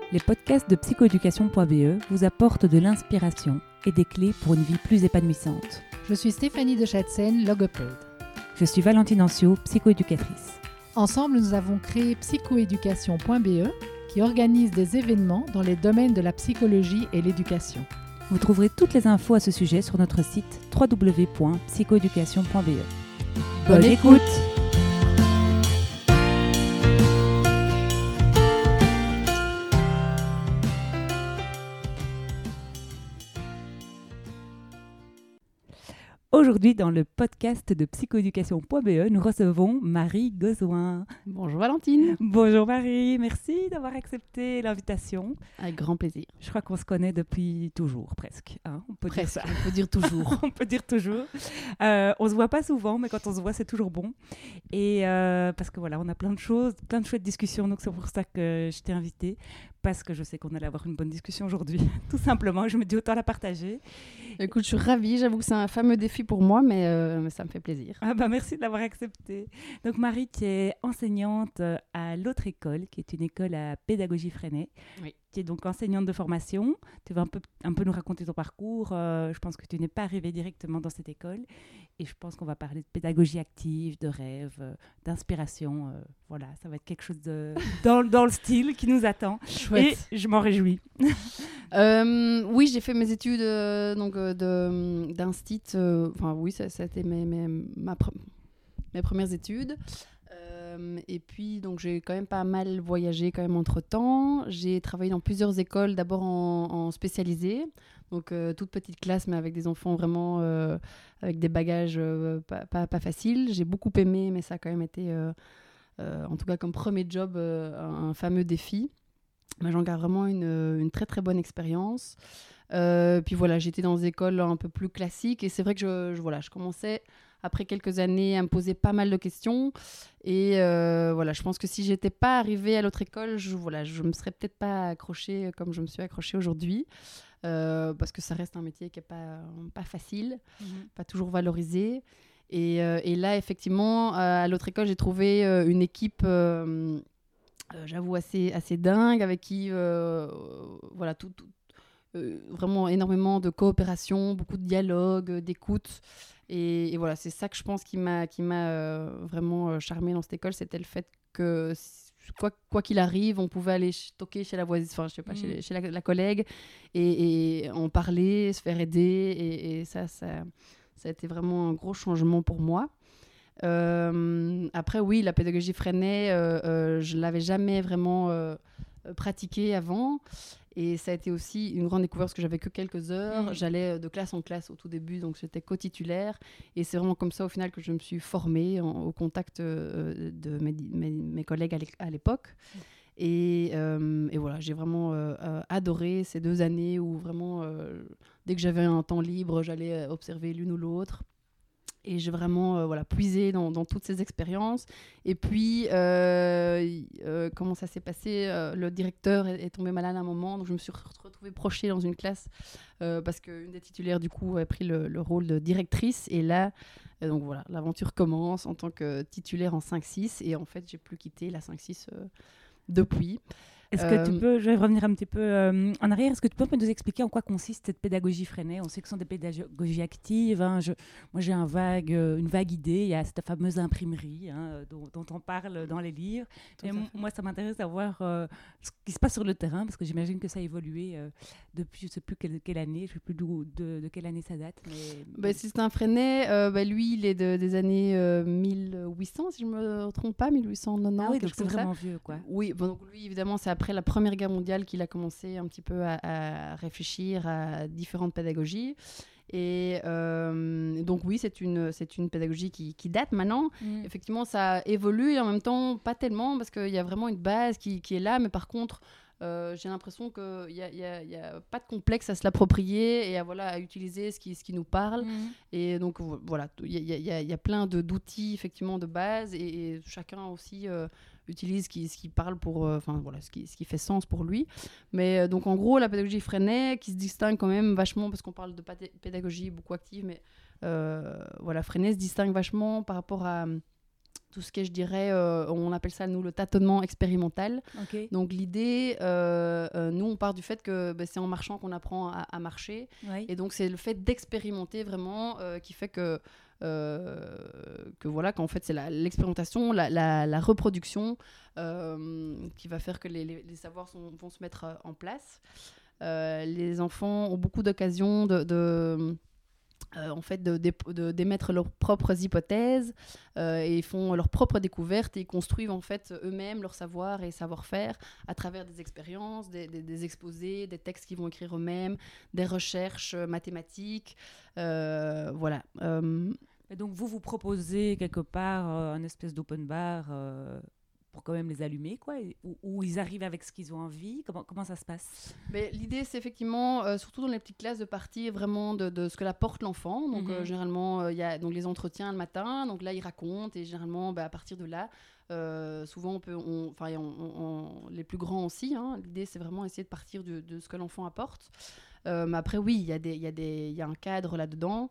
Les podcasts de psychoéducation.be vous apportent de l'inspiration et des clés pour une vie plus épanouissante. Je suis Stéphanie de Chatsen, logopède. Je suis Valentine Ancio, psychoéducatrice. Ensemble, nous avons créé psychoéducation.be qui organise des événements dans les domaines de la psychologie et l'éducation. Vous trouverez toutes les infos à ce sujet sur notre site www.psychoéducation.be. Bonne écoute! Aujourd'hui, dans le podcast de psychoéducation.be, nous recevons Marie Gozouin. Bonjour Valentine. Bonjour Marie, merci d'avoir accepté l'invitation. Avec grand plaisir. Je crois qu'on se connaît depuis toujours, presque. Hein, on peut dire ça. On peut dire toujours. On peut dire toujours. On se voit pas souvent, mais quand on se voit, c'est toujours bon. Et parce que voilà, on a plein de choses, plein de chouettes discussions, donc c'est pour ça que je t'ai invitée. Parce que je sais qu'on allait avoir une bonne discussion aujourd'hui, tout simplement. Je me dis autant la partager. Écoute, je suis ravie. J'avoue que c'est un fameux défi pour moi, mais ça me fait plaisir. Ah bah merci de l'avoir accepté. Donc Marie, tu es enseignante à l'autre école, qui est une école à pédagogie Freinet. Oui. Tu es donc enseignante de formation. Tu vas un peu nous raconter ton parcours. Je pense que tu n'es pas arrivée directement dans cette école. Et je pense qu'on va parler de pédagogie active, de rêve, d'inspiration. Voilà, ça va être quelque chose dans le style qui nous attend. Chouette. Et je m'en réjouis. Oui, j'ai fait mes études d'instit. Oui, ça a été mes premières études. Et puis, donc, j'ai quand même pas mal voyagé quand même entre-temps. J'ai travaillé dans plusieurs écoles, d'abord en spécialisé. Donc, toute petite classe, mais avec des enfants vraiment avec des bagages pas faciles. J'ai beaucoup aimé, mais ça a quand même été, en tout cas comme premier job, un fameux défi. Mais j'en garde vraiment une très très bonne expérience. Puis voilà, j'étais dans des écoles un peu plus classiques. Et c'est vrai que je commençais, après quelques années, à me poser pas mal de questions. Et je pense que si j'étais pas arrivée à l'autre école, je me serais peut-être pas accrochée comme je me suis accrochée aujourd'hui. Parce que ça reste un métier qui est pas facile, pas toujours valorisé. Et là, effectivement, à l'autre école, j'ai trouvé une équipe, j'avoue, assez dingue, avec qui, vraiment énormément de coopération, beaucoup de dialogue, d'écoute. Et voilà, c'est ça que je pense qui m'a vraiment charmée dans cette école, c'était le fait que quoi qu'il arrive, on pouvait aller toquer chez la voisine, enfin je sais pas, chez la collègue et en parler, se faire aider. Et ça a été vraiment un gros changement pour moi. Après, oui, la pédagogie Freinet, je ne l'avais jamais vraiment pratiquée avant. Et ça a été aussi une grande découverte parce que j'avais que quelques heures. J'allais de classe en classe au tout début, donc j'étais co-titulaire. Et c'est vraiment comme ça, au final, que je me suis formée au contact de mes collègues à l'époque. Et voilà, j'ai vraiment adoré ces 2 années où vraiment, dès que j'avais un temps libre, j'allais observer l'une ou l'autre. Et j'ai vraiment puisé dans toutes ces expériences. Et puis, comment ça s'est passé, le directeur est tombé malade à un moment, donc je me suis retrouvée projetée dans une classe parce qu'une des titulaires, du coup, a pris le rôle de directrice. Et là, donc voilà, l'aventure commence en tant que titulaire en 5-6. Et en fait, j'ai plus quitté la 5-6 depuis. Est-ce que tu peux, je vais revenir un petit peu en arrière, est-ce que tu peux nous expliquer en quoi consiste cette pédagogie Freinet? On sait que ce sont des pédagogies actives. Hein. Moi, j'ai une vague idée. Il y a cette fameuse imprimerie dont on parle dans les livres. Et moi, ça m'intéresse d'avoir ce qui se passe sur le terrain, parce que j'imagine que ça a évolué depuis, je ne sais plus quelle année, je ne sais plus de quelle année ça date. Mais... si c'est un Freinet, lui, il est des années 1800, si je ne me trompe pas, 1890. Ah oui, donc c'est vraiment vieux, quoi. Oui, donc lui, évidemment, c'est après la Première Guerre mondiale qu'il a commencé un petit peu à réfléchir à différentes pédagogies. Et donc oui, c'est une pédagogie qui date maintenant. Effectivement, ça évolue et en même temps pas tellement parce qu'il y a vraiment une base qui est là. Mais par contre, j'ai l'impression qu'il y a pas de complexe à se l'approprier et à utiliser ce qui nous parle. Et donc voilà, il y a plein d'outils effectivement de base et chacun aussi utilise ce qui parle pour, ce qui fait sens pour lui. Mais donc en gros, la pédagogie Freinet qui se distingue quand même vachement parce qu'on parle de pédagogie beaucoup active, mais Freinet se distingue vachement par rapport à tout ce qui est, je dirais, on appelle ça, nous, le tâtonnement expérimental. Ok. Donc l'idée, nous, on part du fait que c'est en marchant qu'on apprend à marcher. Ouais. Et donc c'est le fait d'expérimenter vraiment qui fait que voilà, qu'en fait c'est l'expérimentation, la reproduction qui va faire que les savoirs vont se mettre en place. Les enfants ont beaucoup d'occasions en fait, d'émettre leurs propres hypothèses et ils font leurs propres découvertes et ils construisent en fait eux-mêmes leur savoir et savoir-faire à travers des expériences, des exposés, des textes qu'ils vont écrire eux-mêmes, des recherches mathématiques, voilà. Et donc vous proposez quelque part un espèce d'open bar pour quand même les allumer, quoi, où ils arrivent avec ce qu'ils ont envie. Comment ça se passe? Mais l'idée, c'est effectivement, surtout dans les petites classes, de partir vraiment de ce que apporte l'enfant. Donc, généralement, il y a donc, les entretiens le matin. Donc là, ils racontent. Et généralement, à partir de là, souvent, les plus grands aussi. Hein, l'idée, c'est vraiment essayer de partir de ce que l'enfant apporte. Mais après, oui, il y a un cadre là-dedans.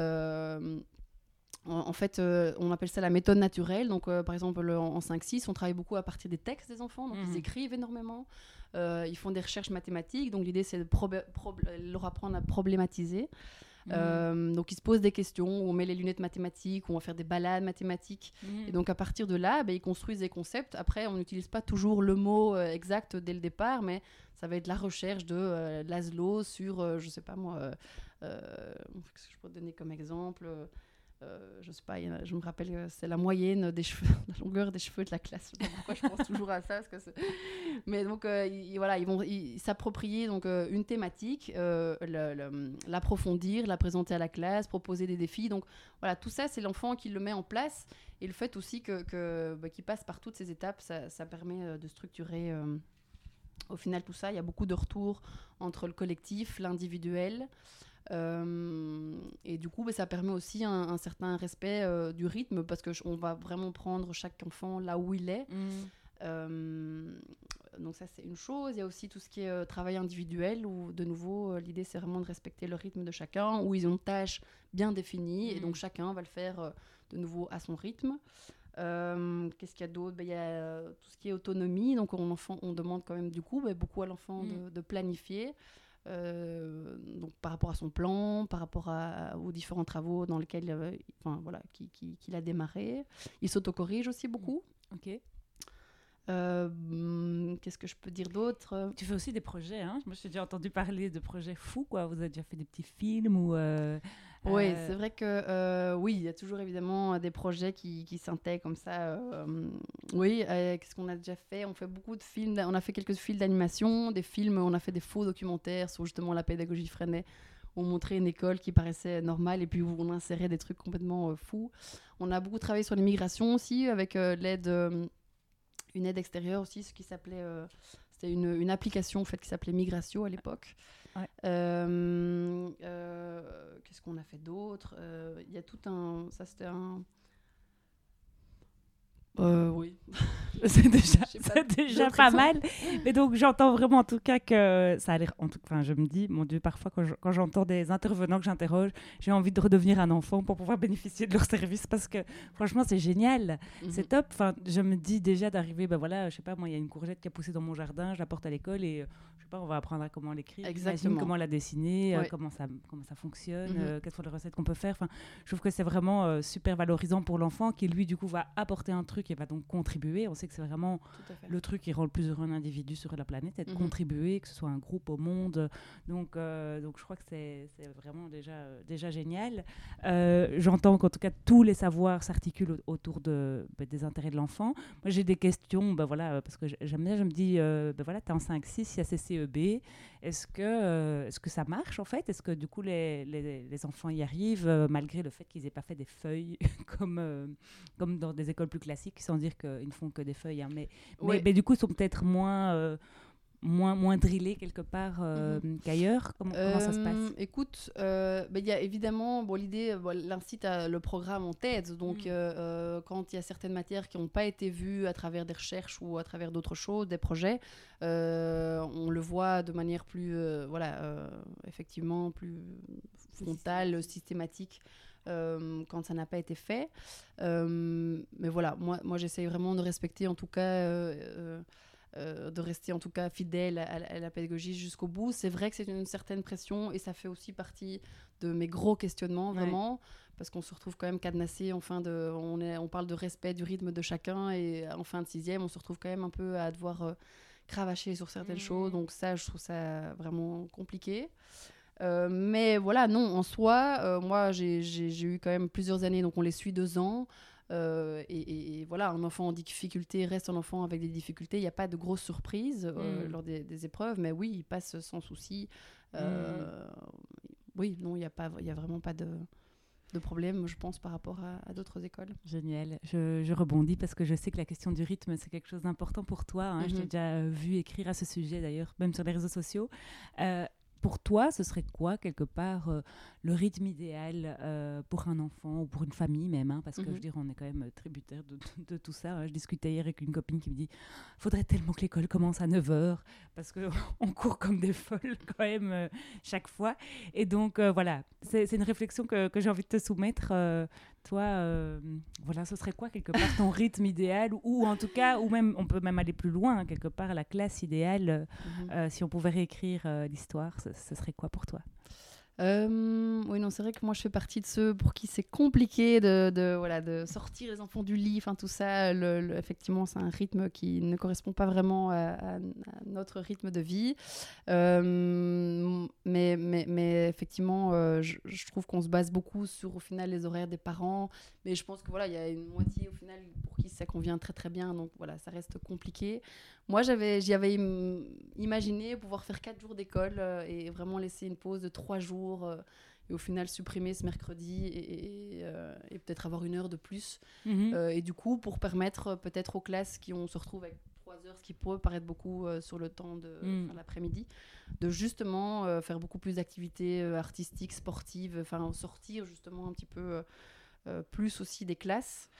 En fait, on appelle ça la méthode naturelle. Donc, par exemple, en 5-6, on travaille beaucoup à partir des textes des enfants. Donc, ils écrivent énormément. Ils font des recherches mathématiques. Donc, l'idée, c'est de leur apprendre à problématiser. Donc, ils se posent des questions. On met les lunettes mathématiques. On va faire des balades mathématiques. Et donc, à partir de là, ils construisent des concepts. Après, on n'utilise pas toujours le mot exact dès le départ, mais ça va être la recherche de Laszlo sur, je sais pas moi, qu'est-ce que je peux donner comme exemple je sais pas, je me rappelle que c'est la moyenne des cheveux, la longueur des cheveux de la classe. Je sais pas pourquoi je pense toujours à ça. Mais donc, voilà, ils vont s'approprier donc, une thématique, l'approfondir, la présenter à la classe, proposer des défis. Donc, voilà, tout ça, c'est l'enfant qui le met en place. Et le fait aussi qu'il passe par toutes ces étapes, ça permet de structurer, au final, tout ça. Il y a beaucoup de retours entre le collectif, l'individuel. Et du coup, ça permet aussi un certain respect du rythme parce qu'on va vraiment prendre chaque enfant là où il est. Donc ça, c'est une chose. Il y a aussi tout ce qui est travail individuel où, de nouveau, l'idée, c'est vraiment de respecter le rythme de chacun, où ils ont une tâche bien définie et donc chacun va le faire de nouveau à son rythme. Qu'est-ce qu'il y a d'autre? Il y a tout ce qui est autonomie. Donc, on demande quand même du coup beaucoup à l'enfant de planifier. Donc par rapport à son plan, par rapport aux différents travaux dans lesquels qu'il a démarré. Il s'autocorrige aussi beaucoup. Ok. Qu'est-ce que je peux dire d'autre? Tu fais aussi des projets, hein? Moi, j'ai déjà entendu parler de projets fous, quoi. Vous avez déjà fait des petits films ou... Oui, c'est vrai que oui, il y a toujours évidemment des projets qui s'intègrent comme ça. Oui, qu'est-ce qu'on a déjà fait? On fait beaucoup de films, on a fait quelques films d'animation, des films, on a fait des faux documentaires sur justement la pédagogie Freinet, où on montrait une école qui paraissait normale et puis où on insérait des trucs complètement fous. On a beaucoup travaillé sur les migrations aussi, avec une aide extérieure aussi, ce qui s'appelait... c'était une application en fait, qui s'appelait Migratio à l'époque. Ouais. Qu'est-ce qu'on a fait d'autre? Il y a tout un... Ça, c'était un... Oui. C'est déjà pas mal. Mais donc, j'entends vraiment en tout cas que ça a l'air... Enfin, je me dis, mon Dieu, parfois, quand j'entends des intervenants que j'interroge, j'ai envie de redevenir un enfant pour pouvoir bénéficier de leurs services parce que, franchement, c'est génial. C'est top. Enfin, je me dis déjà d'arriver, je sais pas, moi, il y a une courgette qui a poussé dans mon jardin, je la porte à l'école et, je sais pas, on va apprendre à comment l'écrire. Exactement. Comment la dessiner, comment ça fonctionne, quelles sont les recettes qu'on peut faire. Enfin, je trouve que c'est vraiment super valorisant pour l'enfant qui, lui, du coup, va apporter un truc et va donc contribuer. On sait que c'est vraiment le truc qui rend le plus heureux un individu sur la planète, c'est de contribuer, que ce soit un groupe au monde. Donc je crois que c'est vraiment déjà génial. J'entends qu'en tout cas, tous les savoirs s'articulent autour des intérêts de l'enfant. Moi, j'ai des questions, parce que j'aime bien, je me dis, tu es en 5-6, il y a CCEB. Est-ce que ça marche, en fait? Est-ce que, du coup, les enfants y arrivent, malgré le fait qu'ils n'aient pas fait des feuilles comme dans des écoles plus classiques, sans dire qu'ils ne font que des feuilles, hein, mais du coup, ils sont peut-être moins drillés quelque part qu'ailleurs. Comment ça se passe? Écoute, il y a évidemment l'idée, l'incite à le programme en tête. Donc, quand il y a certaines matières qui n'ont pas été vues à travers des recherches ou à travers d'autres choses, des projets, on le voit de manière plus, effectivement, plus frontale, systématique. quand ça n'a pas été fait. Mais voilà, moi j'essaye vraiment de respecter en tout cas, de rester en tout cas fidèle à la pédagogie jusqu'au bout. C'est vrai que c'est une certaine pression et ça fait aussi partie de mes gros questionnements vraiment, parce qu'on se retrouve quand même cadenassé on parle de respect du rythme de chacun et en fin de 6e, on se retrouve quand même un peu à devoir cravacher sur certaines choses. Donc ça, je trouve ça vraiment compliqué. Mais voilà, non, en soi, moi, j'ai eu quand même plusieurs années, donc on les suit 2 ans. Et voilà, un enfant en difficulté reste un enfant avec des difficultés. Il n'y a pas de grosses surprises lors des épreuves, mais oui, il passe sans souci. Oui, non, il y a vraiment pas de problème, je pense, par rapport à d'autres écoles. Génial. Je rebondis parce que je sais que la question du rythme, c'est quelque chose d'important pour toi. Hein. Je t'ai déjà vu écrire à ce sujet, d'ailleurs, même sur les réseaux sociaux. Pour toi, ce serait quoi, quelque part, le rythme idéal pour un enfant ou pour une famille même, hein, parce que je veux dire, on est quand même tributaire de tout ça. Hein. Je discutais hier avec une copine qui me dit « Faudrait tellement que l'école commence à 9h, parce qu'on court comme des folles quand même chaque fois. » Et donc, voilà, c'est une réflexion que j'ai envie de te soumettre. Toi, voilà, ce serait quoi, quelque part, ton rythme idéal, ou en tout cas, ou même, on peut même aller plus loin, hein, quelque part, la classe idéale, si on pouvait réécrire l'histoire, ce serait quoi pour toi? Oui, non, c'est vrai que moi je fais partie de ceux pour qui c'est compliqué de sortir les enfants du lit, enfin tout ça. Effectivement, c'est un rythme qui ne correspond pas vraiment à notre rythme de vie. Mais effectivement, je trouve qu'on se base beaucoup sur au final les horaires des parents. Mais je pense que voilà, il y a une moitié au final pour qui ça convient très très bien. Donc voilà, ça reste compliqué. Moi, j'y avais imaginé pouvoir faire 4 jours d'école et vraiment laisser une pause de 3 jours et au final supprimer ce mercredi et peut-être avoir 1 heure de plus. Et du coup, pour permettre peut-être aux classes qui se retrouvent avec 3 heures, ce qui peut paraître beaucoup sur le temps de l'après-midi, de justement faire beaucoup plus d'activités artistiques, sportives, enfin sortir justement un petit peu plus aussi des classes.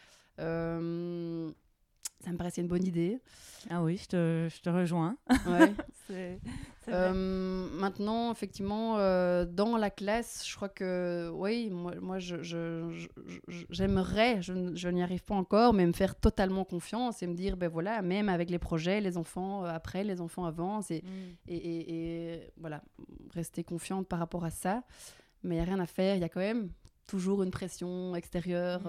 Ça me paraissait une bonne idée. Ah oui, je te rejoins. Ouais. c'est Maintenant, effectivement, dans la classe, je crois que, oui, moi j'aimerais, je n'y arrive pas encore, mais me faire totalement confiance et me dire, ben voilà, même avec les projets, les enfants après, les enfants avancent et voilà, rester confiante par rapport à ça. Mais il n'y a rien à faire, il y a quand même toujours une pression extérieure.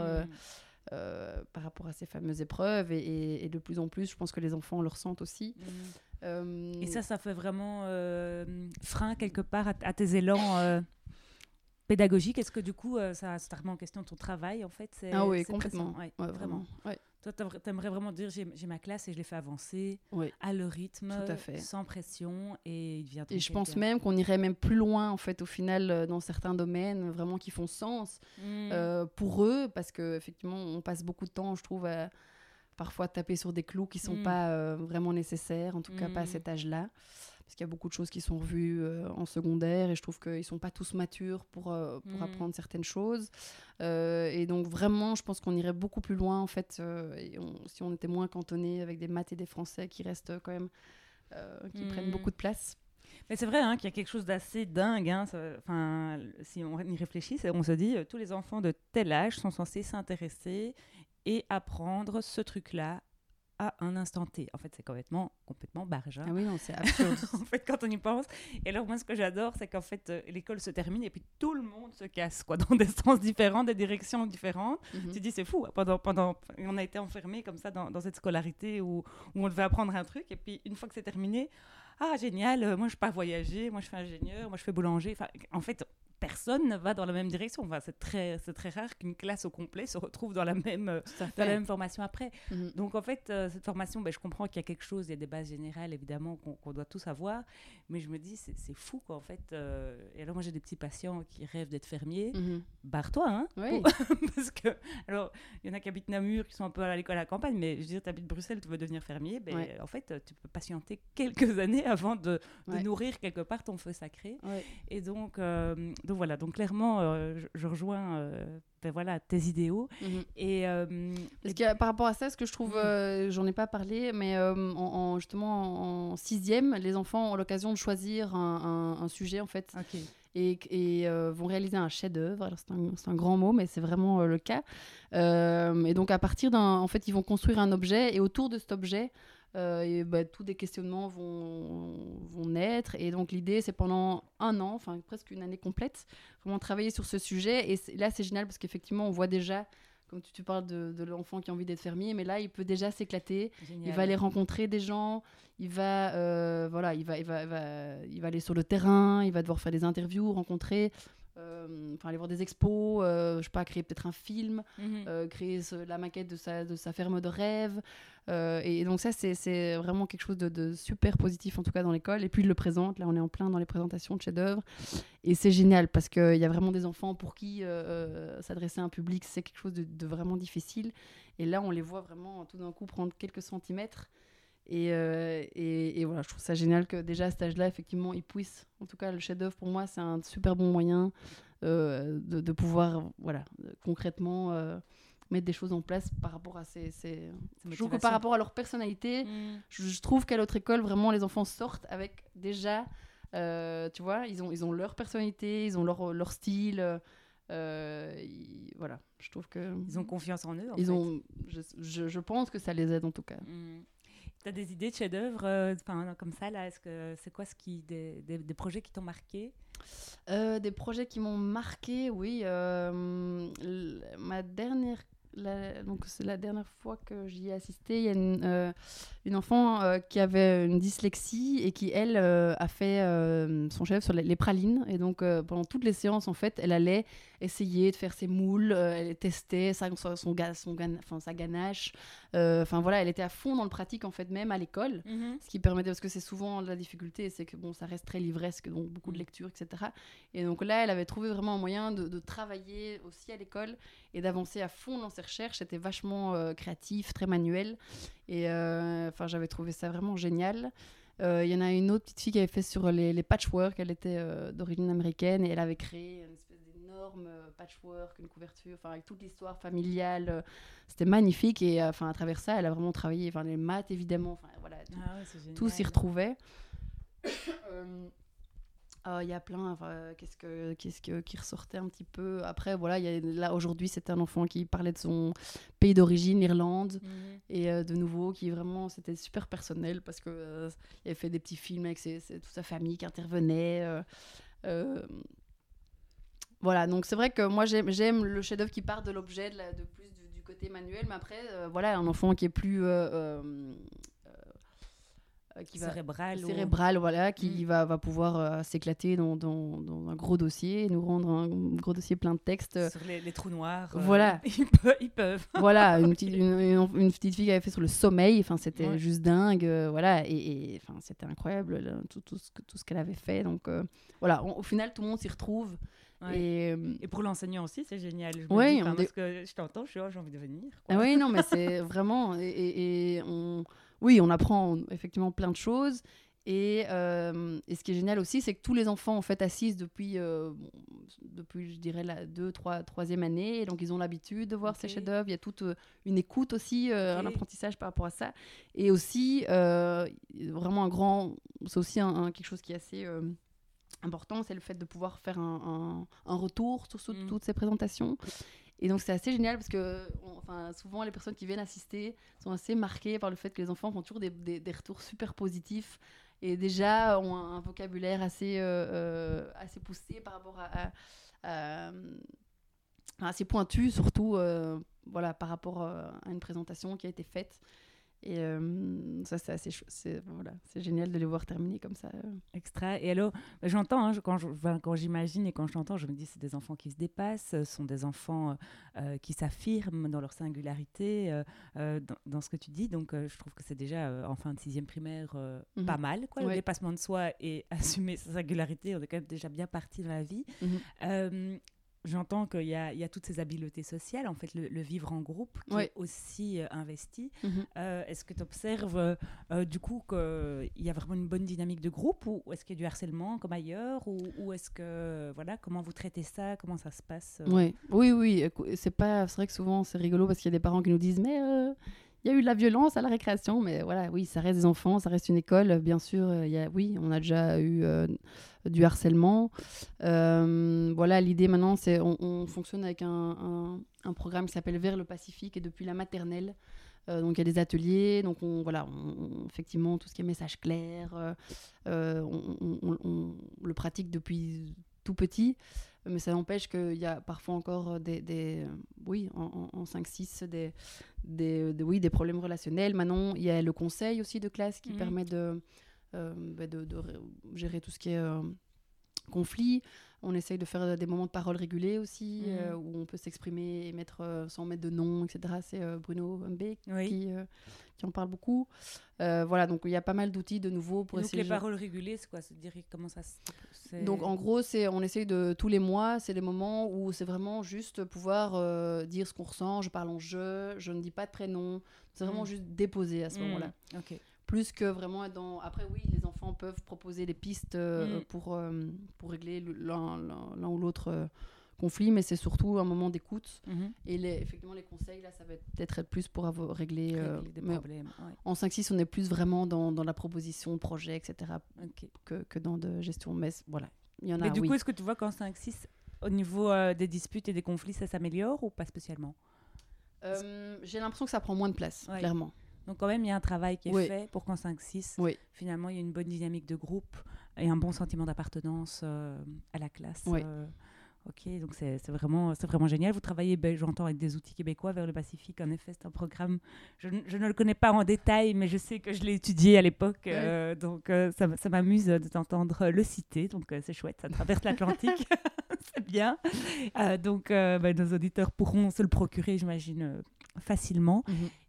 Par rapport à ces fameuses épreuves et de plus en plus, je pense que les enfants le ressentent aussi. Et ça fait vraiment frein quelque part à tes élans pédagogiques. Est-ce que du coup, ça remet en question ton travail en fait? Ah oui, complètement. Ouais, vraiment. Ouais. Toi, t'aimerais vraiment dire j'ai ma classe et je les fais avancer à leur rythme, sans pression et il devient. Et je pense même qu'on irait même plus loin en fait au final dans certains domaines vraiment qui font sens pour eux, parce que effectivement on passe beaucoup de temps, je trouve, à parfois taper sur des clous qui sont pas vraiment nécessaires, en tout cas pas à cet âge-là. Parce qu'il y a beaucoup de choses qui sont revues en secondaire et je trouve qu'ils ne sont pas tous matures pour apprendre certaines choses. Et donc vraiment, je pense qu'on irait beaucoup plus loin en fait, si on était moins cantonné avec des maths et des français qui restent quand même, qui prennent beaucoup de place. Mais c'est vrai qu'il y a quelque chose d'assez dingue. Si on y réfléchit, on se dit tous les enfants de tel âge sont censés s'intéresser et apprendre ce truc-là à un instant T. En fait, c'est complètement barge. Hein. Ah oui, non, c'est absurde. En fait, quand on y pense. Et alors, moi, ce que j'adore, c'est qu'en fait, l'école se termine et puis tout le monde se casse, quoi, dans des sens différents, des directions différentes. Tu te dis, c'est fou. On a été enfermés comme ça dans cette scolarité où on devait apprendre un truc. Et puis, une fois que c'est terminé, ah, génial, moi, je pars voyager, moi, je fais ingénieur, moi, je fais boulanger. Enfin, en fait, personne ne va dans la même direction. Enfin, c'est très rare qu'une classe au complet se retrouve dans la même formation après. Donc, en fait, cette formation, je comprends qu'il y a quelque chose, il y a des bases générales, évidemment, qu'on doit tous avoir. Mais je me dis, c'est fou, quoi, en fait. Et alors, moi, j'ai des petits patients qui rêvent d'être fermiers. Barre-toi, hein. Oui. Parce que, alors, il y en a qui habitent Namur, qui sont un peu à l'école à la campagne, mais je veux dire, tu habites Bruxelles, tu veux devenir fermier. En fait, tu peux patienter quelques années avant de nourrir quelque part ton feu sacré. Et donc Donc voilà, donc clairement, je rejoins tes idéaux. Et, Parce que par rapport à ça, ce que je trouve, j'en ai pas parlé, mais justement en 6e, les enfants ont l'occasion de choisir un sujet en fait. Okay. Et vont réaliser un chef-d'œuvre. Alors c'est un grand mot, mais c'est vraiment le cas. Et donc à partir en fait, ils vont construire un objet et autour de cet objet, tous des questionnements vont naître. Et donc l'idée, c'est pendant un an, enfin presque une année complète, vraiment travailler sur ce sujet. Et là, c'est génial parce qu'effectivement, on voit déjà, comme tu parles de l'enfant qui a envie d'être fermier, mais là, il peut déjà s'éclater. Génial. Il va aller rencontrer des gens. Il va aller sur le terrain. Il va devoir faire des interviews, rencontrer. Aller voir des expos, je sais pas, créer peut-être un film, créer la maquette de sa ferme de rêve. Et donc ça, c'est vraiment quelque chose de super positif, en tout cas dans l'école. Et puis, il le présente. Là, on est en plein dans les présentations de chefs-d'œuvre. Et c'est génial parce qu'il y a vraiment des enfants pour qui s'adresser à un public, c'est quelque chose de vraiment difficile. Et là, on les voit vraiment tout d'un coup prendre quelques centimètres. Et voilà, je trouve ça génial que déjà à cet âge-là, effectivement, ils puissent. En tout cas, le chef-d'œuvre, pour moi, c'est un super bon moyen de pouvoir, concrètement mettre des choses en place par rapport à je trouve que par rapport à leur personnalité, je trouve qu'à l'autre école, vraiment, les enfants sortent avec déjà, tu vois, ils ont leur personnalité, ils ont leur style. Voilà, je trouve que... Ils ont confiance en eux, je pense que ça les aide, en tout cas. Tu as des idées de chefs-d'œuvre comme ça là, c'est quoi des projets qui t'ont marqué? Des projets qui m'ont marqué, oui. Donc c'est la dernière fois que j'y ai assisté. Il y a une enfant qui avait une dyslexie et qui, elle, a fait son chef sur les pralines. Et donc, pendant toutes les séances, en fait, elle allait essayer de faire ses moules. Elle testait sa ganache. Voilà, elle était à fond dans le pratique, en fait, même à l'école. Ce qui permettait, parce que c'est souvent la difficulté, c'est que ça reste très livresque, donc beaucoup de lecture, etc. Et donc là, elle avait trouvé vraiment un moyen de travailler aussi à l'école et d'avancer à fond dans ses recherches. C'était vachement créatif, très manuel. Et j'avais trouvé ça vraiment génial. Il y en a une autre petite fille qui avait fait sur les patchwork. Elle était d'origine américaine et elle avait créé une espèce d'énorme patchwork, une couverture, avec toute l'histoire familiale. C'était magnifique. Et à travers ça, elle a vraiment travaillé les maths, évidemment. Voilà, tout s'y retrouvait. Il y a plein, qui ressortait un petit peu. Après, voilà, là, aujourd'hui, c'était un enfant qui parlait de son pays d'origine, l'Irlande. Et de nouveau, c'était super personnel parce qu'il avait fait des petits films avec toute sa famille qui intervenait. Voilà, donc c'est vrai que moi, j'aime le chef-d'œuvre qui part de l'objet, de plus du côté manuel. Mais après, voilà, un enfant qui est plus... cérébral, voilà, qui va pouvoir s'éclater dans un gros dossier, nous rendre un gros dossier plein de textes. Sur les trous noirs, voilà. Ils peuvent. Voilà, une petite fille qui avait fait sur le sommeil, c'était juste dingue, voilà, et c'était incroyable, là, tout ce qu'elle avait fait. Donc voilà, au final, tout le monde s'y retrouve. Ouais. Et pour l'enseignant aussi, c'est génial. Parce que je t'entends, j'ai envie de venir. Oui, non, mais c'est vraiment... Oui, on apprend effectivement plein de choses. Et ce qui est génial aussi, c'est que tous les enfants en fait assistent depuis je dirais la 3e année. Et donc, ils ont l'habitude de voir ces chefs-d'œuvre. Il y a toute une écoute aussi, un apprentissage par rapport à ça. Et aussi, vraiment c'est aussi quelque chose qui est assez important, c'est le fait de pouvoir faire un retour sur toutes ces présentations. Et donc, c'est assez génial parce que souvent, les personnes qui viennent assister sont assez marquées par le fait que les enfants font toujours des retours super positifs et déjà ont un vocabulaire assez poussé par rapport assez pointu, surtout par rapport à une présentation qui a été faite. Et ça, c'est génial de les voir terminer comme ça. Extra. Et alors, j'entends, quand j'imagine et quand je t'entends, je me dis c'est des enfants qui se dépassent, ce sont des enfants qui s'affirment dans leur singularité, dans ce que tu dis. Donc, je trouve que c'est déjà, en fin de 6e primaire, pas mal, quoi. Le dépassement de soi et assumer sa singularité, on est quand même déjà bien parti dans la vie. j'entends qu'il y a toutes ces habiletés sociales, en fait, le vivre en groupe, qui est aussi investi. Est-ce que tu observes, du coup, qu'il y a vraiment une bonne dynamique de groupe, ou est-ce qu'il y a du harcèlement comme ailleurs, ou est-ce que, voilà, comment vous traitez ça, comment ça se passe Oui. C'est vrai que souvent, c'est rigolo parce qu'il y a des parents qui nous disent « Mais il y a eu de la violence à la récréation », mais voilà, oui, ça reste des enfants, ça reste une école. Bien sûr, on a déjà eu du harcèlement. Voilà, l'idée maintenant, c'est on fonctionne avec un programme qui s'appelle Vers le Pacifique, et depuis la maternelle. Donc il y a des ateliers, donc effectivement, tout ce qui est message clair, on le pratique depuis tout petit. Mais ça n'empêche qu'il y a parfois encore en 5-6 des problèmes relationnels. Maintenant, il y a le conseil aussi de classe qui permet de gérer tout ce qui est conflit. On essaye de faire des moments de parole régulés aussi, où on peut s'exprimer et sans mettre de nom, etc. C'est Bruno Humbeck qui en parle beaucoup. Voilà, donc il y a pas mal d'outils de nouveau pour essayer. Donc les paroles régulées, c'est quoi? Comment ça Donc en gros, on essaye de tous les mois, c'est des moments où c'est vraiment juste pouvoir dire ce qu'on ressent. Je parle en je ne dis pas de prénom. C'est vraiment juste déposer à ce moment-là. Ok. Plus que vraiment être dans... Après, oui, les enfants peuvent proposer des pistes pour régler l'un ou l'autre conflit, mais c'est surtout un moment d'écoute. Et effectivement, les conseils, là, ça va peut-être être plus pour régler des problèmes. En 5-6, on est plus vraiment dans la proposition de projet, etc., que dans de gestion. Mais voilà, il y en a, mais du coup, est-ce que tu vois qu'en 5-6, au niveau des disputes et des conflits, ça s'améliore ou pas spécialement? J'ai l'impression que ça prend moins de place, clairement. Donc quand même, il y a un travail qui est fait pour qu'en 5-6, finalement, il y ait une bonne dynamique de groupe et un bon sentiment d'appartenance à la classe. Ok, donc c'est vraiment génial. Vous travaillez, j'entends, avec des outils québécois vers le Pacifique. En effet, c'est un programme, je ne le connais pas en détail, mais je sais que je l'ai étudié à l'époque. Donc ça m'amuse de t'entendre le citer. Donc c'est chouette, ça traverse l'Atlantique. C'est bien. Donc nos auditeurs pourront se le procurer, j'imagine, facilement.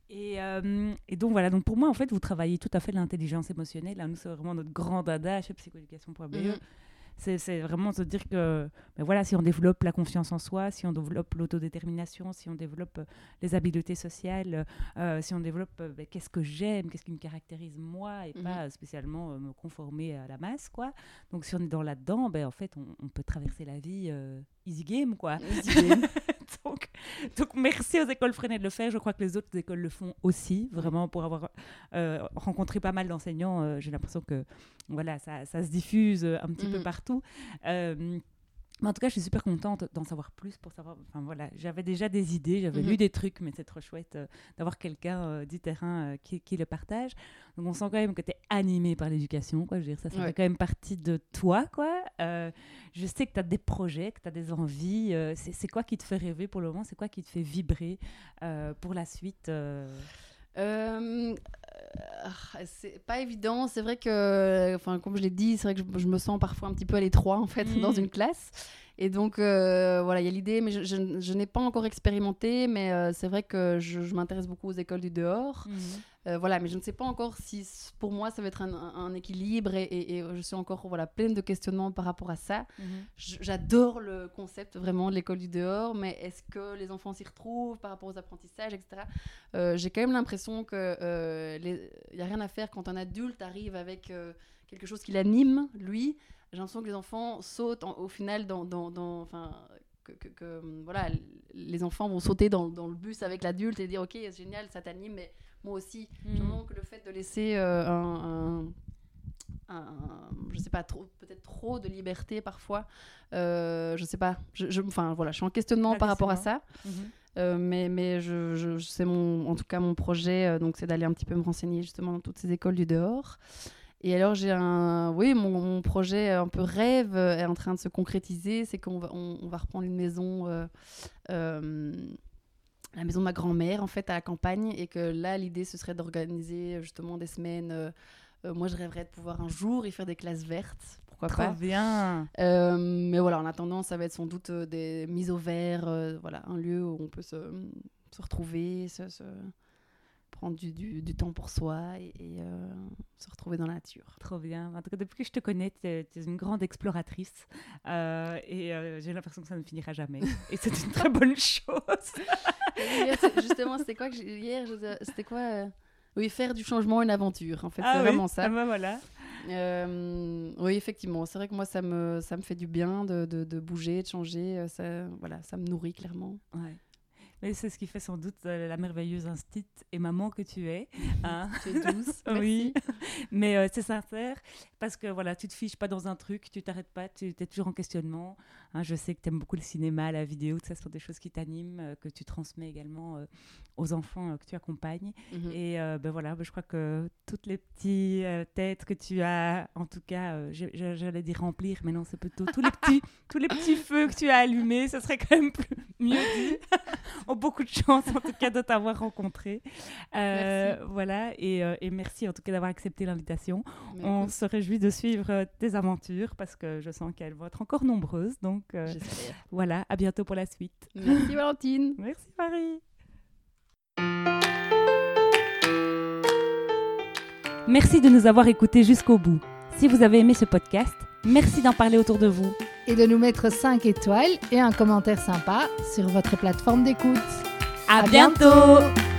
Et donc voilà, donc pour moi en fait vous travaillez tout à fait l'intelligence émotionnelle. Là, nous c'est vraiment notre grand dada chez psychoéducation.be. C'est vraiment se dire que voilà, si on développe la confiance en soi, si on développe l'autodétermination, si on développe les habiletés sociales, si on développe qu'est-ce que j'aime, qu'est-ce qui me caractérise moi et pas spécialement me conformer à la masse, quoi. Donc si on est dans là-dedans, en fait on peut traverser la vie easy game, quoi. Easy game. Donc merci aux écoles Freinet de le faire. Je crois que les autres écoles le font aussi, vraiment, pour avoir rencontré pas mal d'enseignants. J'ai l'impression que voilà, ça se diffuse un petit peu partout. Mais en tout cas, je suis super contente d'en savoir plus pour savoir. Enfin voilà, j'avais déjà des idées, j'avais lu des trucs, mais c'est trop chouette d'avoir quelqu'un du terrain qui le partage. Donc on sent quand même que tu es animée par l'éducation, quoi. Je veux dire, ça fait quand même partie de toi, quoi. Je sais que tu as des projets, que tu as des envies. C'est quoi qui te fait rêver pour le moment? C'est quoi qui te fait vibrer pour la suite c'est pas évident. C'est vrai que, comme je l'ai dit, c'est vrai que je me sens parfois un petit peu à l'étroit en fait dans une classe. Et donc voilà, il y a l'idée, mais je n'ai pas encore expérimenté. Mais c'est vrai que je m'intéresse beaucoup aux écoles du dehors. Voilà, mais je ne sais pas encore si pour moi ça va être un équilibre et je suis encore pleine de questionnements par rapport à ça. J'adore le concept vraiment de l'école du dehors, mais est-ce que les enfants s'y retrouvent par rapport aux apprentissages, etc. J'ai quand même l'impression que il n'y a rien à faire quand un adulte arrive avec quelque chose qui l'anime, lui. J'ai l'impression que les enfants sautent au final voilà, les enfants vont sauter dans le bus avec l'adulte et dire ok, c'est génial, ça t'anime, mais moi aussi. J'ai l'impression que le fait de laisser je sais pas, peut-être trop de liberté parfois, je sais pas, voilà, je suis en questionnement par rapport à ça. Mais c'est en tout cas mon projet, donc c'est d'aller un petit peu me renseigner justement dans toutes ces écoles du dehors. Et alors j'ai mon projet un peu rêve est en train de se concrétiser, c'est qu'on va reprendre une maison, la maison de ma grand-mère en fait à la campagne, et que là l'idée ce serait d'organiser justement des semaines. Moi je rêverais de pouvoir un jour y faire des classes vertes. Pourquoi pas. Trop bien. Mais voilà, en attendant ça va être sans doute des mises au vert, voilà, un lieu où on peut se retrouver, prendre du temps pour soi et se retrouver dans la nature. Trop bien. En tout cas, depuis que je te connais, tu es une grande exploratrice et j'ai l'impression que ça ne finira jamais. Et c'est une très bonne chose. Hier, justement, c'était quoi c'était quoi Oui, faire du changement une aventure. En fait, c'est vraiment ça. Ah ben voilà. Oui, effectivement. C'est vrai que moi, ça me fait du bien de bouger, de changer. Ça me nourrit clairement. Ouais. Mais c'est ce qui fait sans doute la merveilleuse instite et maman que tu es. Hein. Tu es douce. Merci. Oui, mais c'est sincère parce que voilà, tu te fiches pas dans un truc, tu t'arrêtes pas, tu es toujours en questionnement. Hein, je sais que tu aimes beaucoup le cinéma, la vidéo, ça sont des choses qui t'animent, que tu transmets également aux enfants que tu accompagnes. Mm-hmm. Et voilà, je crois que toutes les petites têtes que tu as, en tout cas, j'allais dire remplir, mais non, c'est plutôt tous les petits feux que tu as allumés, ça serait quand même mieux dit. Ont beaucoup de chance en tout cas de t'avoir rencontré. Merci. Voilà, et merci en tout cas d'avoir accepté l'invitation. Mais On écoute, se réjouit de suivre tes aventures parce que je sens qu'elles vont être encore nombreuses. Donc j'espère. voilà, à bientôt pour la suite. Merci Valentine. Merci Marie. Merci de nous avoir écoutés jusqu'au bout. Si vous avez aimé ce podcast, merci d'en parler autour de vous. Et de nous mettre 5 étoiles et un commentaire sympa sur votre plateforme d'écoute. À bientôt.